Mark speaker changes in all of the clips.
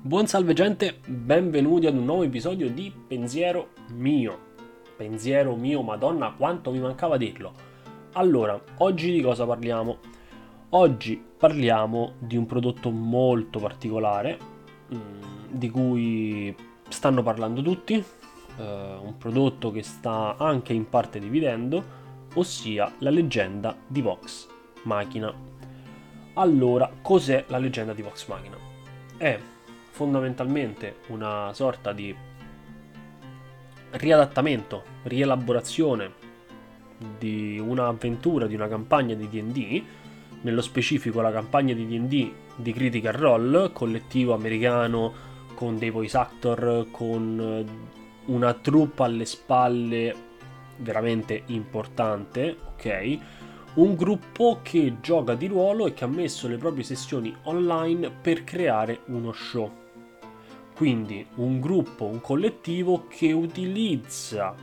Speaker 1: Buon salve gente, benvenuti ad un nuovo episodio di Pensiero mio. Pensiero mio, madonna, quanto mi mancava dirlo. Allora, oggi di cosa parliamo? Oggi parliamo di un prodotto molto particolare, di cui stanno parlando tutti, un prodotto che sta anche in parte dividendo, ossia la leggenda di Vox Machina. Allora, cos'è la leggenda di Vox Machina? È fondamentalmente una sorta di riadattamento, rielaborazione di un'avventura, di una campagna di D&D, nello specifico la campagna di D&D di Critical Role, collettivo americano con dei voice actor, con una troupe alle spalle veramente importante, ok? Un gruppo che gioca di ruolo e che ha messo le proprie sessioni online per creare uno show. Quindi un gruppo, un collettivo che utilizza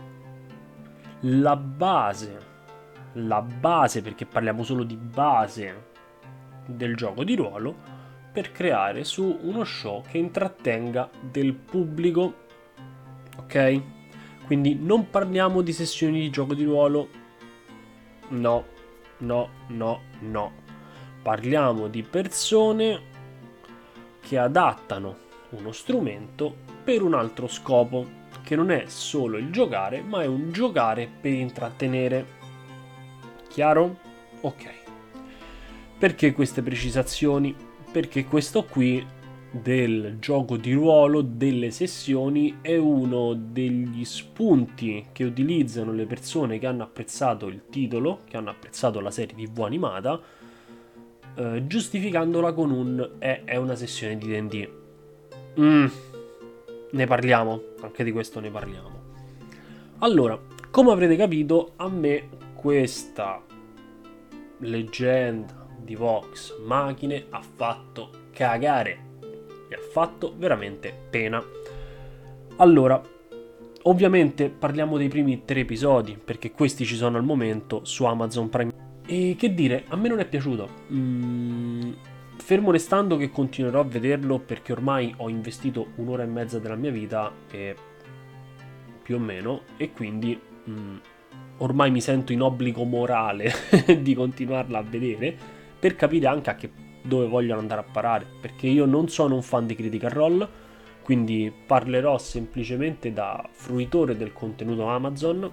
Speaker 1: la la base perché parliamo solo di base del gioco di ruolo, per creare su uno show che intrattenga del pubblico, ok? Quindi non parliamo di sessioni di gioco di ruolo, no, no, no, no. Parliamo di persone che adattano uno strumento per un altro scopo, che non è solo il giocare, ma è un giocare per intrattenere. Chiaro? Ok. Perché queste precisazioni? Perché questo qui del gioco di ruolo, delle sessioni, è uno degli spunti che utilizzano le persone che hanno apprezzato il titolo, che hanno apprezzato la serie TV animata, giustificandola con un è una sessione di D&D. Mm, ne parliamo, anche di questo ne parliamo. Allora, come avrete capito, a me questa leggenda di Vox Machine ha fatto cagare. Mi ha fatto veramente pena. Allora, ovviamente parliamo dei primi 3 episodi, perché questi ci sono al momento su Amazon Prime. E che dire, a me non è piaciuto. Fermo restando che continuerò a vederlo perché ormai ho investito un'ora e mezza della mia vita, e più o meno, e quindi ormai mi sento in obbligo morale di continuarla a vedere per capire anche dove vogliono andare a parare, perché io non sono un fan di Critical Role, quindi parlerò semplicemente da fruitore del contenuto Amazon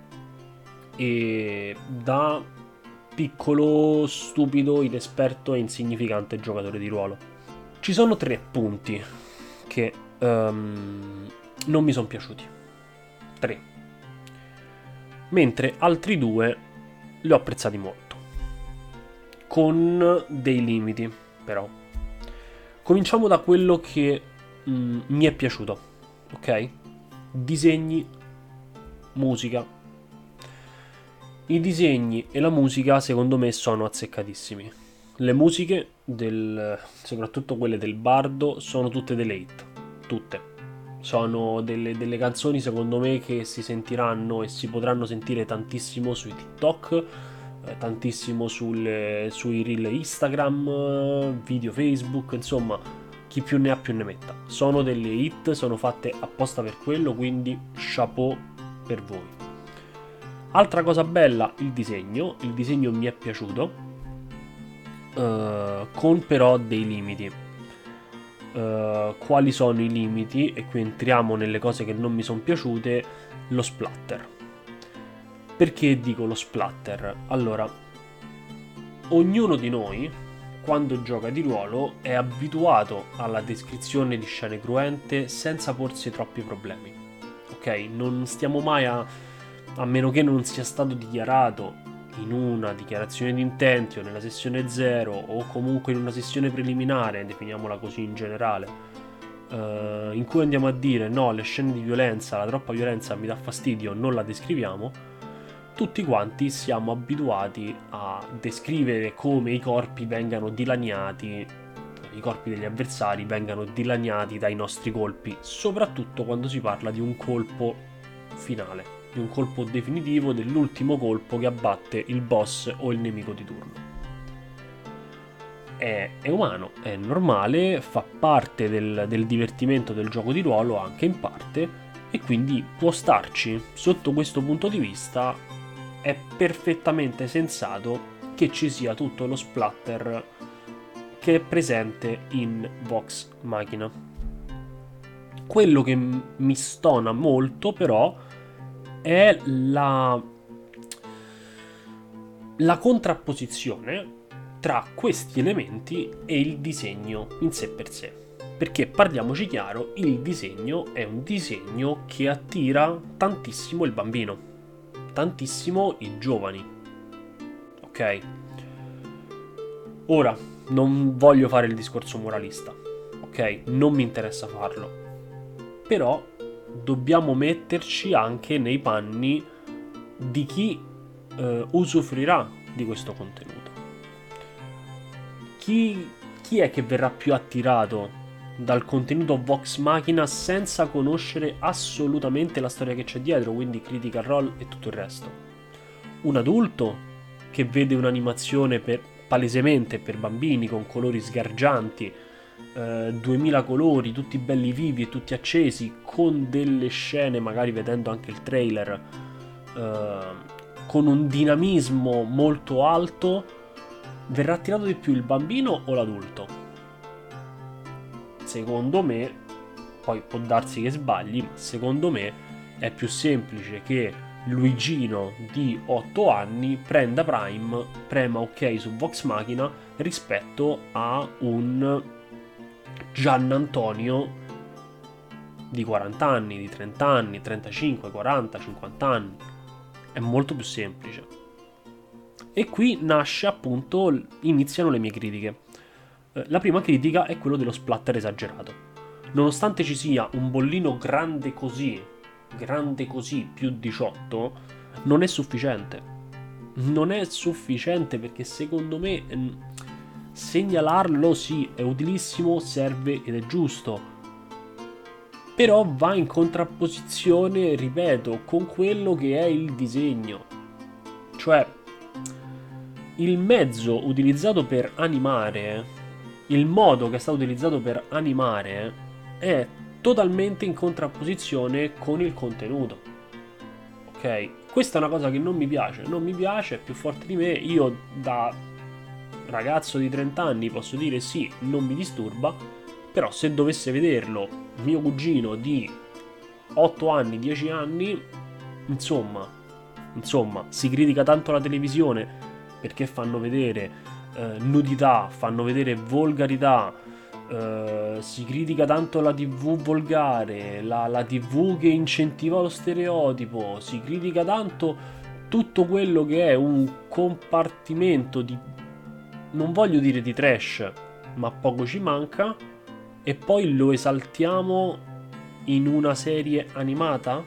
Speaker 1: e da piccolo, stupido, inesperto e insignificante giocatore di ruolo. Ci sono 3 punti che non mi sono piaciuti. 3. Mentre altri 2 li ho apprezzati molto. Con dei limiti, però. Cominciamo da quello che mi è piaciuto, ok? Disegni, musica. I disegni e la musica secondo me sono azzeccatissimi. Le musiche, soprattutto quelle del bardo, sono tutte delle hit. Tutte. Sono delle canzoni secondo me che si sentiranno e si potranno sentire tantissimo sui TikTok, tantissimo sui reel Instagram, video Facebook, insomma, chi più ne ha più ne metta. Sono delle hit, sono fatte apposta per quello, quindi chapeau per voi. Altra cosa bella, il disegno mi è piaciuto, con però dei limiti. Quali sono i limiti? E qui entriamo nelle cose che non mi sono piaciute. Lo splatter. Perché dico lo splatter? Allora, ognuno di noi, quando gioca di ruolo, è abituato alla descrizione di scene cruente senza porsi troppi problemi. Ok? Non stiamo mai a meno che non sia stato dichiarato in una dichiarazione di intenti o nella sessione 0 o comunque in una sessione preliminare, definiamola così in generale, in cui andiamo a dire no, le scene di violenza, la troppa violenza mi dà fastidio, non la descriviamo, tutti quanti siamo abituati a descrivere come i corpi vengano dilaniati, i corpi degli avversari vengano dilaniati dai nostri colpi, soprattutto quando si parla di un colpo finale, di un colpo definitivo, dell'ultimo colpo che abbatte il boss o il nemico di turno. è umano, è normale, fa parte del divertimento del gioco di ruolo anche in parte, e quindi può starci. Sotto questo punto di vista è perfettamente sensato che ci sia tutto lo splatter che è presente in Vox Machina. Quello che mi stona molto però è la contrapposizione tra questi elementi e il disegno in sé per sé. Perché parliamoci chiaro, il disegno è un disegno che attira tantissimo il bambino, tantissimo i giovani. Ok? Ora, non voglio fare il discorso moralista, ok? Non mi interessa farlo. Però dobbiamo metterci anche nei panni di chi usufruirà di questo contenuto. Chi è che verrà più attirato dal contenuto Vox Machina senza conoscere assolutamente la storia che c'è dietro, quindi Critical Role e tutto il resto? Un adulto che vede un'animazione palesemente per bambini con colori sgargianti, 2000 colori, tutti belli vivi e tutti accesi, con delle scene, magari vedendo anche il trailer, con un dinamismo molto alto, verrà attirato di più il bambino o l'adulto? Secondo me, poi può darsi che sbagli, ma secondo me è più semplice che Luigino di 8 anni prenda Prime, prema ok su Vox Machina rispetto a un Gian Antonio di 40 anni, di 30 anni, 35, 40, 50 anni. È molto più semplice. E qui nasce appunto, iniziano le mie critiche. La prima critica è quello dello splatter esagerato. Nonostante ci sia un bollino grande così, più 18, non è sufficiente. Non è sufficiente perché secondo me segnalarlo sì, è utilissimo, serve ed è giusto. Però va in contrapposizione, ripeto, con quello che è il disegno. Cioè, il mezzo utilizzato per animare, il modo che è stato utilizzato per animare è totalmente in contrapposizione con il contenuto. Ok? Questa è una cosa che non mi piace, è più forte di me. Io da ragazzo di 30 anni posso dire sì, non mi disturba, però se dovesse vederlo mio cugino di 8 anni, 10 anni, insomma, si critica tanto la televisione perché fanno vedere nudità, fanno vedere volgarità, si critica tanto la TV volgare, la TV che incentiva lo stereotipo, si critica tanto tutto quello che è un compartimento di, non voglio dire di trash, ma poco ci manca, e poi lo esaltiamo in una serie animata?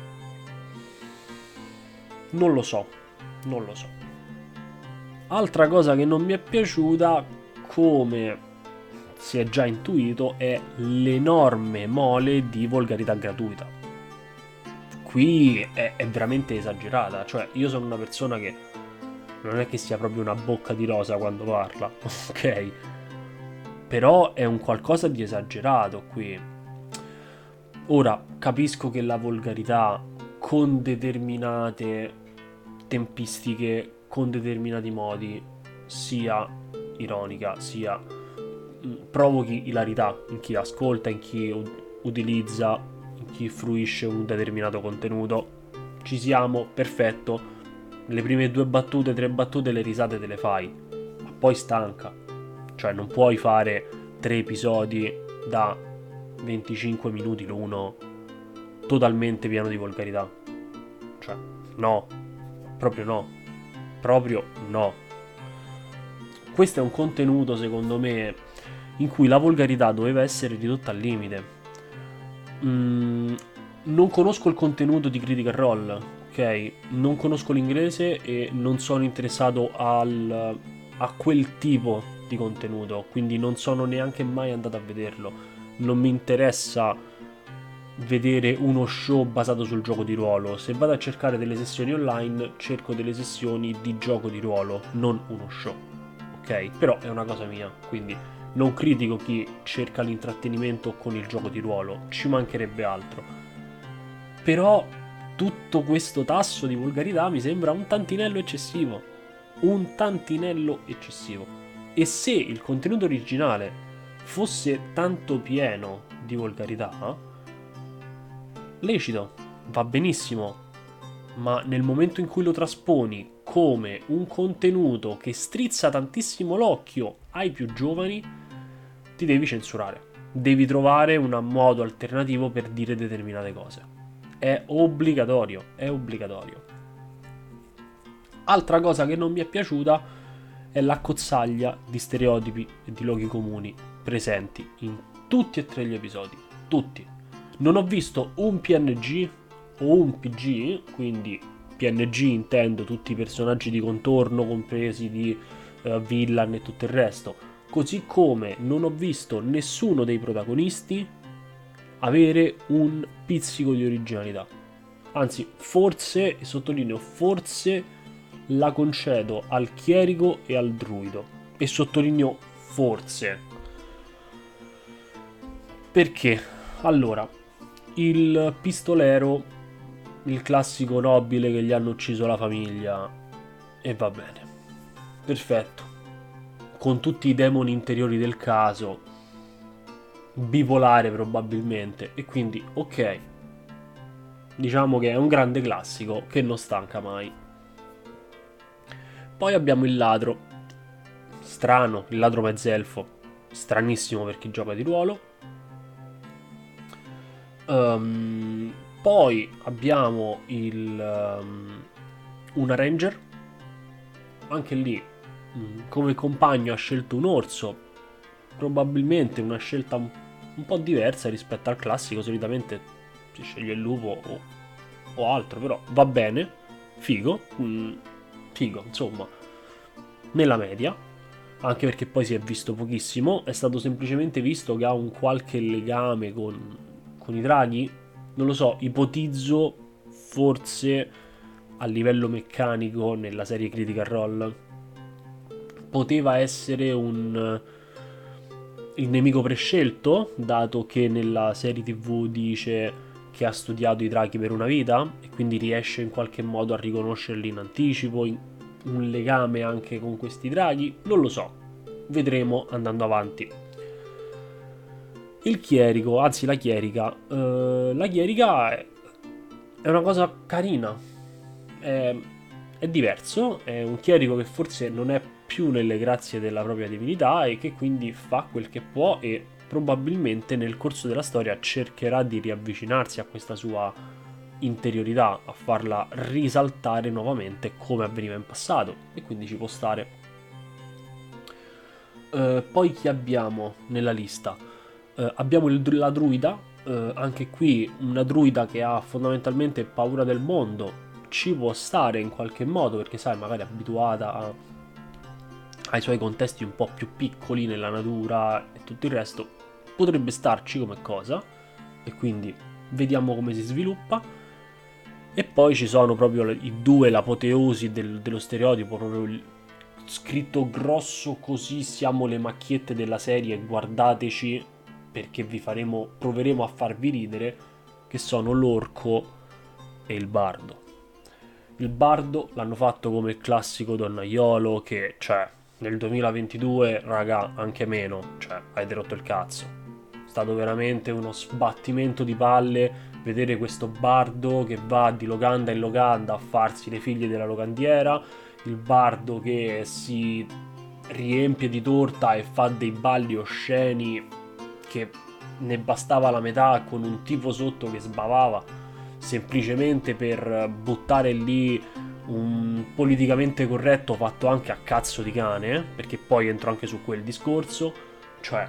Speaker 1: Non lo so, non lo so. Altra cosa che non mi è piaciuta, come si è già intuito, è l'enorme mole di volgarità gratuita. Qui è veramente esagerata, cioè io sono una persona che non è che sia proprio una bocca di rosa quando parla, ok? Però è un qualcosa di esagerato qui. Ora, capisco che la volgarità con determinate tempistiche, con determinati modi, sia ironica, sia provochi ilarità in chi ascolta, in chi utilizza, in chi fruisce un determinato contenuto. Ci siamo, perfetto. Le prime 2 battute, 3 battute, le risate te le fai, ma poi stanca. Cioè, non puoi fare 3 episodi da 25 minuti l'uno, totalmente pieno di volgarità. Cioè, no, proprio no, proprio no. Questo è un contenuto, secondo me, in cui la volgarità doveva essere ridotta al limite. Non conosco il contenuto di Critical Role, ok? Non conosco l'inglese e non sono interessato a quel tipo di contenuto, quindi non sono neanche mai andato a vederlo. Non mi interessa vedere uno show basato sul gioco di ruolo. Se vado a cercare delle sessioni online, cerco delle sessioni di gioco di ruolo, non uno show. Ok? ok? Però è una cosa mia, quindi non critico chi cerca l'intrattenimento con il gioco di ruolo, ci mancherebbe altro. Però tutto questo tasso di volgarità mi sembra un tantinello eccessivo. Un tantinello eccessivo. E se il contenuto originale fosse tanto pieno di volgarità, lecito, va benissimo, ma nel momento in cui lo trasponi come un contenuto che strizza tantissimo l'occhio ai più giovani, ti devi censurare. Devi trovare un modo alternativo per dire determinate cose. È obbligatorio, è obbligatorio. Altra cosa che non mi è piaciuta è l'accozzaglia di stereotipi e di luoghi comuni presenti in tutti e tre gli episodi. Tutti. Non ho visto un PNG o un PG, quindi PNG intendo tutti i personaggi di contorno, compresi di Villan e tutto il resto, così come non ho visto nessuno dei protagonisti avere un pizzico di originalità. Anzi, forse, e sottolineo forse, la concedo al chierico e al druido. E sottolineo forse. Perché? Allora, il pistolero, il classico nobile che gli hanno ucciso la famiglia, e va bene. Perfetto. Con tutti i demoni interiori del caso, bipolare probabilmente, e quindi ok. Diciamo che è un grande classico che non stanca mai. Poi abbiamo il ladro. Strano, il ladro mezzelfo. Stranissimo per chi gioca di ruolo. Poi abbiamo una ranger. Anche lì, come compagno ha scelto un orso. Probabilmente una scelta un po' diversa rispetto al classico. Solitamente si sceglie il lupo o altro, però va bene. Figo. Figo, insomma. Nella media. Anche perché poi si è visto pochissimo. È stato semplicemente visto che ha un qualche legame con i draghi. Non lo so, ipotizzo forse a livello meccanico nella serie Critical Role poteva essere il nemico prescelto, dato che nella serie TV dice che ha studiato i draghi per una vita e quindi riesce in qualche modo a riconoscerli in anticipo, un legame anche con questi draghi, non lo so, vedremo andando avanti. Il chierico, anzi la chierica è una cosa carina, è diverso, è un chierico che forse non è più nelle grazie della propria divinità e che quindi fa quel che può e probabilmente nel corso della storia cercherà di riavvicinarsi a questa sua interiorità, a farla risaltare nuovamente come avveniva in passato e quindi ci può stare. Poi chi abbiamo nella lista? Abbiamo la druida, anche qui una druida che ha fondamentalmente paura del mondo, ci può stare in qualche modo perché sai magari è abituata ai suoi contesti un po' più piccoli nella natura e tutto il resto, potrebbe starci come cosa e quindi vediamo come si sviluppa. E poi ci sono proprio i due, l'apoteosi dello stereotipo, proprio scritto grosso così siamo le macchiette della serie, guardateci perché proveremo a farvi ridere, che sono l'orco e il bardo. Il bardo l'hanno fatto come il classico donnaiolo che, cioè, nel 2022, raga, anche meno, cioè, avete rotto il cazzo. È stato veramente uno sbattimento di palle vedere questo bardo che va di locanda in locanda a farsi le figlie della locandiera, il bardo che si riempie di torta e fa dei balli osceni che ne bastava la metà con un tipo sotto che sbavava semplicemente per buttare lì un politicamente corretto fatto anche a cazzo di cane, perché poi entro anche su quel discorso, cioè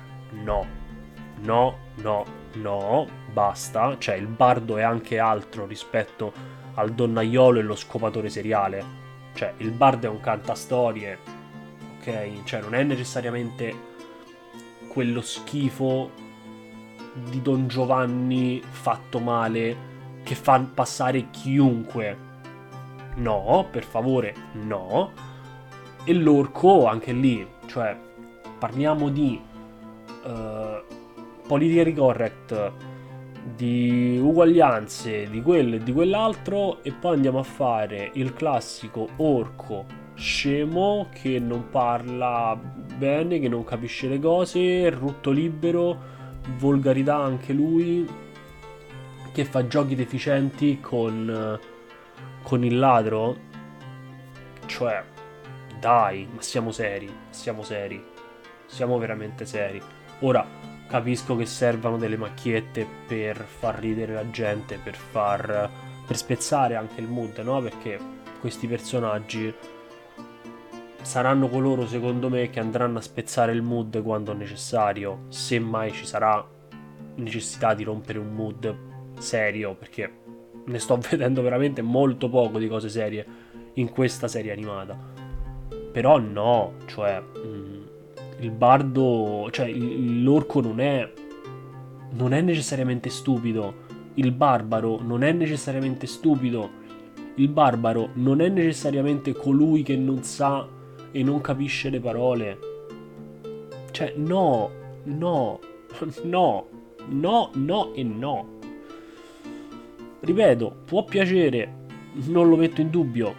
Speaker 1: no, basta, cioè il bardo è anche altro rispetto al donnaiolo e lo scopatore seriale, cioè il bardo è un cantastorie, ok? Cioè non è necessariamente quello schifo di Don Giovanni fatto male che fa passare chiunque. No, per favore, no. E l'orco anche lì, Cioè, parliamo di politically correct, di uguaglianze, di quello e di quell'altro, e poi andiamo a fare il classico orco scemo che non parla bene, che non capisce le cose, rutto libero, volgarità anche lui, che fa giochi deficienti con il ladro. Cioè, dai, ma siamo seri, siamo seri, siamo veramente seri. Ora, capisco che servano delle macchiette per far ridere la gente, per spezzare anche il mood, no? Perché questi personaggi saranno coloro, secondo me, che andranno a spezzare il mood quando necessario, se mai ci sarà necessità di rompere un mood serio, perché ne sto vedendo veramente molto poco di cose serie in questa serie animata. Però no, cioè il bardo, cioè l'orco non è necessariamente stupido, il barbaro non è necessariamente stupido, il barbaro non è necessariamente colui che non sa e non capisce le parole. Cioè, no, no, no, no, no e no. Ripeto, può piacere, non lo metto in dubbio,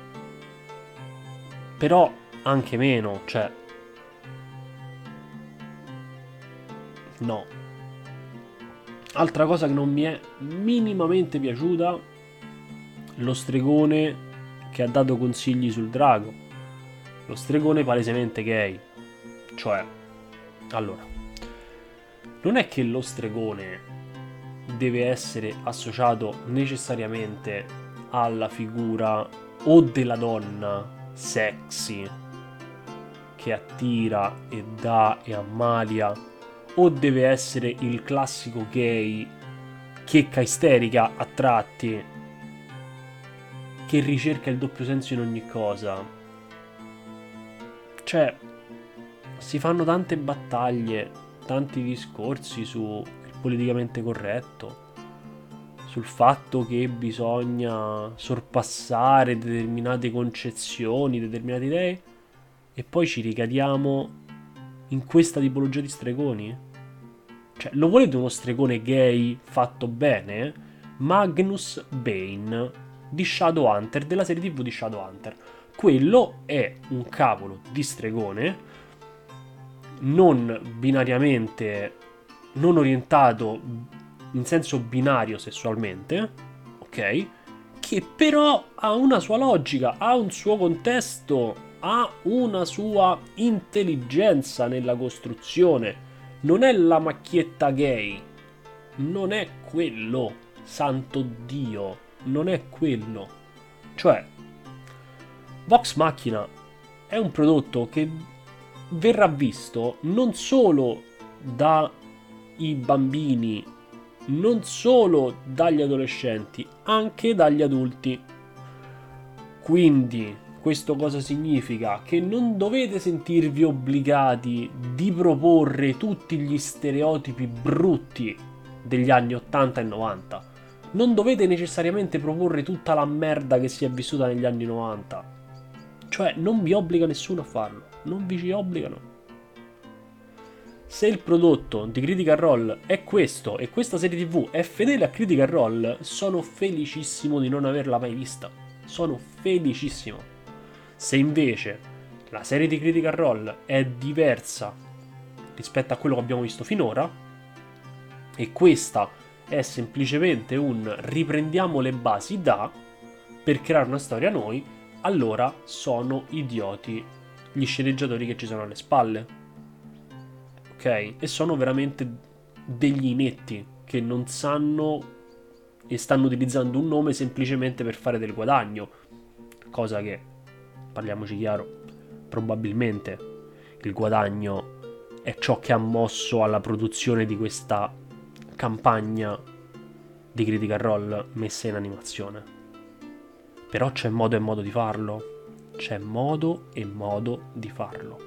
Speaker 1: però anche meno, cioè, no. Altra cosa che non mi è minimamente piaciuta, lo stregone che ha dato consigli sul drago. Lo stregone palesemente gay. Cioè, allora, non è che lo stregone deve essere associato necessariamente alla figura o della donna sexy che attira e dà e ammalia, o deve essere il classico gay checca isterica a tratti che ricerca il doppio senso in ogni cosa. Cioè, si fanno tante battaglie, tanti discorsi sul politicamente corretto, sul fatto che bisogna sorpassare determinate concezioni, determinate idee, e poi ci ricadiamo in questa tipologia di stregoni? Cioè, lo volete uno stregone gay fatto bene? Magnus Bane di Shadowhunter, della serie TV di Shadowhunter. Quello è un cavolo di stregone non binariamente, non orientato in senso binario sessualmente, ok? Che però ha una sua logica, ha un suo contesto, ha una sua intelligenza nella costruzione. Non è la macchietta gay, non è quello, santo Dio, non è quello. Cioè, Vox Machina è un prodotto che verrà visto non solo dai bambini, non solo dagli adolescenti, anche dagli adulti. Quindi, questo cosa significa? Che non dovete sentirvi obbligati di proporre tutti gli stereotipi brutti degli anni 80 e 90. Non dovete necessariamente proporre tutta la merda che si è vissuta negli anni 90. Cioè, non vi obbliga nessuno a farlo. Non vi ci obbligano. Se il prodotto di Critical Role è questo e questa serie TV è fedele a Critical Role, sono felicissimo di non averla mai vista. Sono felicissimo. Se invece la serie di Critical Role è diversa rispetto a quello che abbiamo visto finora, e questa è semplicemente un riprendiamo le basi per creare una storia noi, allora sono idioti gli sceneggiatori che ci sono alle spalle. Ok? E sono veramente degli inetti che non sanno e stanno utilizzando un nome semplicemente per fare del guadagno, cosa che, parliamoci chiaro, probabilmente il guadagno è ciò che ha mosso alla produzione di questa campagna di Critical Role messa in animazione. Però c'è modo e modo di farlo. C'è modo e modo di farlo.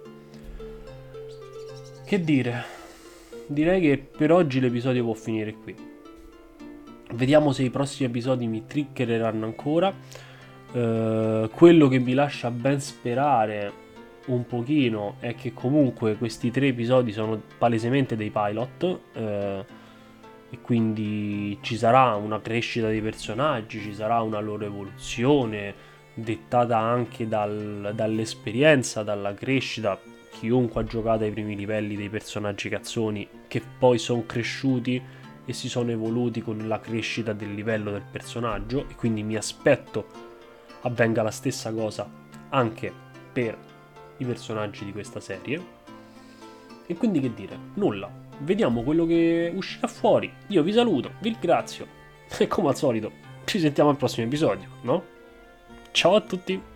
Speaker 1: Che dire? Direi che per oggi l'episodio può finire qui. Vediamo se i prossimi episodi mi triggereranno ancora. Quello che mi lascia ben sperare un pochino è che comunque questi 3 episodi sono palesemente dei pilot, e quindi ci sarà una crescita dei personaggi, ci sarà una loro evoluzione dettata anche dall'esperienza, dalla crescita. Chiunque ha giocato ai primi livelli dei personaggi cazzoni che poi sono cresciuti e si sono evoluti con la crescita del livello del personaggio, e quindi mi aspetto avvenga la stessa cosa anche per i personaggi di questa serie. E quindi che dire, nulla, vediamo quello che uscirà fuori. Io vi saluto, vi ringrazio e come al solito ci sentiamo al prossimo episodio, no? Ciao a tutti!